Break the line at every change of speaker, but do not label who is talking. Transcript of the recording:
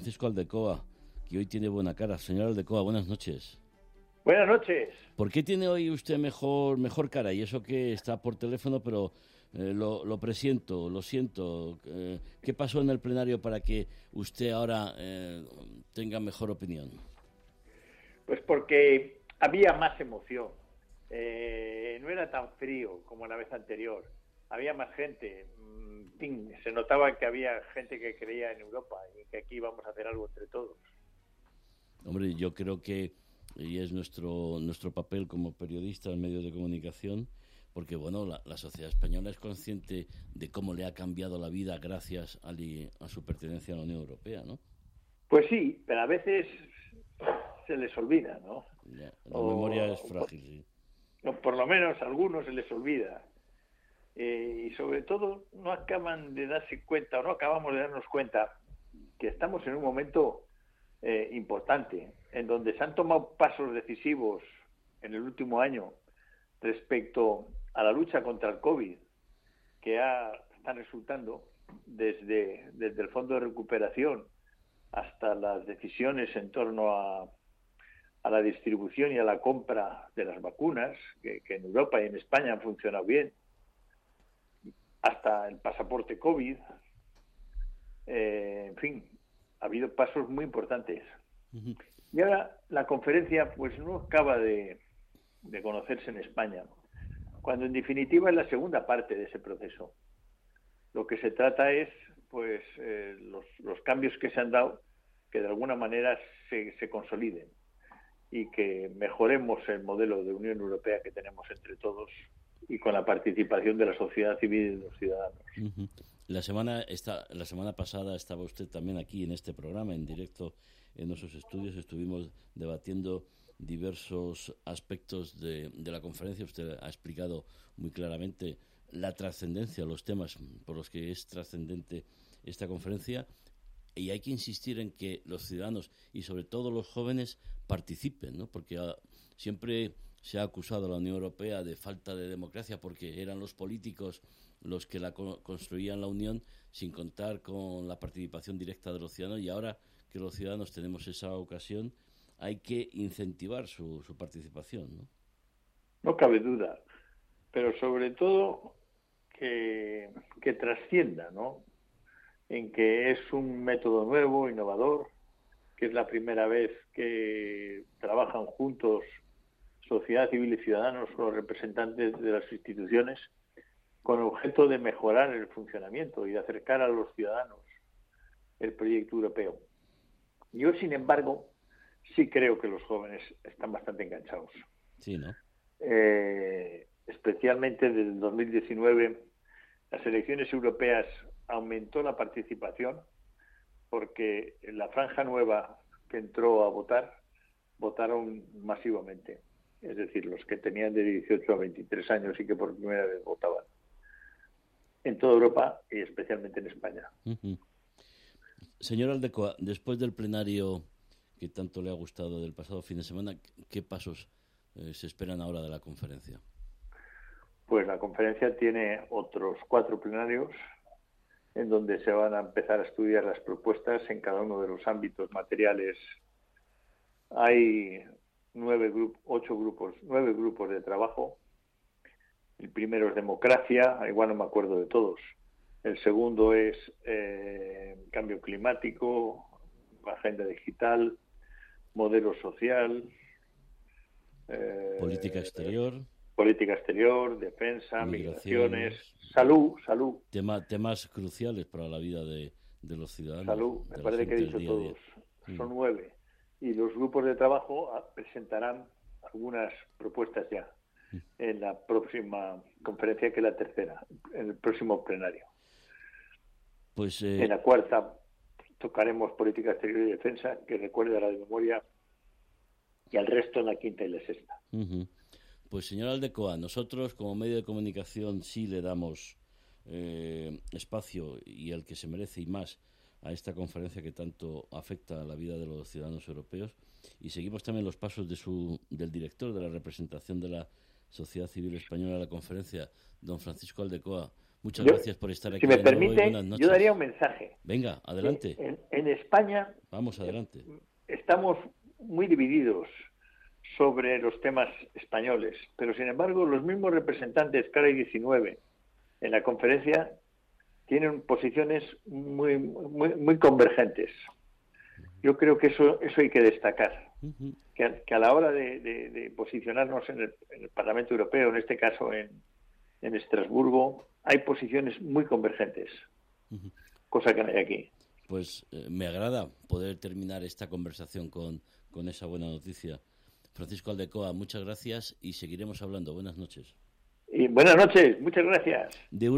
Francisco Aldecoa, que hoy tiene buena cara. Señor Aldecoa, buenas noches.
Buenas noches.
¿Por qué tiene hoy usted mejor cara? Y eso que está por teléfono, pero lo presiento, lo siento. ¿Qué pasó en el plenario para que usted ahora tenga mejor opinión?
Pues porque había más emoción. No era tan frío como la vez anterior. Había más gente. En fin, se notaba que había gente que creía en Europa y que aquí vamos a hacer algo entre todos.
Hombre, yo creo que y es nuestro papel como periodistas, medios de comunicación, porque bueno, la sociedad española es consciente de cómo le ha cambiado la vida gracias a su pertenencia a la Unión Europea, ¿no?
Pues sí, pero a veces se les olvida, ¿no?
La memoria es frágil, sí.
O por lo menos a algunos se les olvida. Y sobre todo no acaban de darse cuenta, o no acabamos de darnos cuenta que estamos en un momento importante, en donde se han tomado pasos decisivos en el último año respecto a la lucha contra el COVID, que están resultando desde el Fondo de Recuperación hasta las decisiones en torno a la distribución y a la compra de las vacunas, que en Europa y en España han funcionado bien, hasta el pasaporte COVID, en fin, ha habido pasos muy importantes. Uh-huh. Y ahora la conferencia pues no acaba de conocerse en España, cuando en definitiva es la segunda parte de ese proceso. Lo que se trata es pues los cambios que se han dado, que de alguna manera se consoliden y que mejoremos el modelo de Unión Europea que tenemos entre todos y con la participación de la sociedad civil y de los ciudadanos.
Uh-huh. La semana pasada estaba usted también aquí en este programa, en directo en nuestros estudios. Estuvimos debatiendo diversos aspectos de la conferencia. Usted ha explicado muy claramente la trascendencia, los temas por los que es trascendente esta conferencia. Y hay que insistir en que los ciudadanos y sobre todo los jóvenes participen, ¿no? Porque siempre se ha acusado a la Unión Europea de falta de democracia porque eran los políticos los que construían la Unión sin contar con la participación directa de los ciudadanos, y ahora que los ciudadanos tenemos esa ocasión hay que incentivar su participación, ¿no?
No cabe duda, pero sobre todo que trascienda, ¿no? En que es un método nuevo, innovador, que es la primera vez que trabajan juntos sociedad civil y ciudadanos con los representantes de las instituciones con objeto de mejorar el funcionamiento y de acercar a los ciudadanos el proyecto europeo. Yo, sin embargo, sí creo que los jóvenes están bastante enganchados.
Sí, ¿no?
Especialmente desde el 2019, las elecciones europeas aumentó la participación porque la franja nueva que entró a votar, votaron masivamente. Es decir, los que tenían de 18 a 23 años y que por primera vez votaban. En toda Europa y especialmente en España.
Uh-huh. Señor Aldecoa, después del plenario que tanto le ha gustado del pasado fin de semana, ¿qué pasos se esperan ahora de la conferencia?
Pues la conferencia tiene otros 4 plenarios en donde se van a empezar a estudiar las propuestas en cada uno de los ámbitos materiales. Hay 9 grupos de trabajo. El primero es democracia, igual no me acuerdo de todos. El segundo es cambio climático, agenda digital, modelo social,
política exterior,
defensa, migraciones, salud.
Temas cruciales para la vida de los ciudadanos.
Salud, me parece que he dicho todos. Son 9. Y los grupos de trabajo presentarán algunas propuestas ya en la próxima conferencia, que es la tercera, en el próximo plenario.
Pues
en la cuarta tocaremos política exterior y defensa, que recuerda la de memoria, y al resto en la quinta y la sexta.
Uh-huh. Pues señor Aldecoa, nosotros como medio de comunicación sí le damos espacio y el que se merece y más a esta conferencia que tanto afecta a la vida de los ciudadanos europeos, y seguimos también los pasos del director de la representación de la Sociedad Civil Española a la conferencia, don Francisco Aldecoa. Muchas gracias por estar aquí.
Si me permite, yo daría un mensaje.
Venga, adelante.
En España
vamos adelante.
Estamos muy divididos sobre los temas españoles, pero sin embargo los mismos representantes CARA 19 en la conferencia tienen posiciones muy convergentes. Yo creo que eso hay que destacar, que a la hora de posicionarnos en el Parlamento Europeo, en este caso en Estrasburgo, hay posiciones muy convergentes, cosa que no hay aquí.
Pues me agrada poder terminar esta conversación con esa buena noticia. Francisco Aldecoa, muchas gracias y seguiremos hablando. Buenas noches.
Y buenas noches, muchas gracias.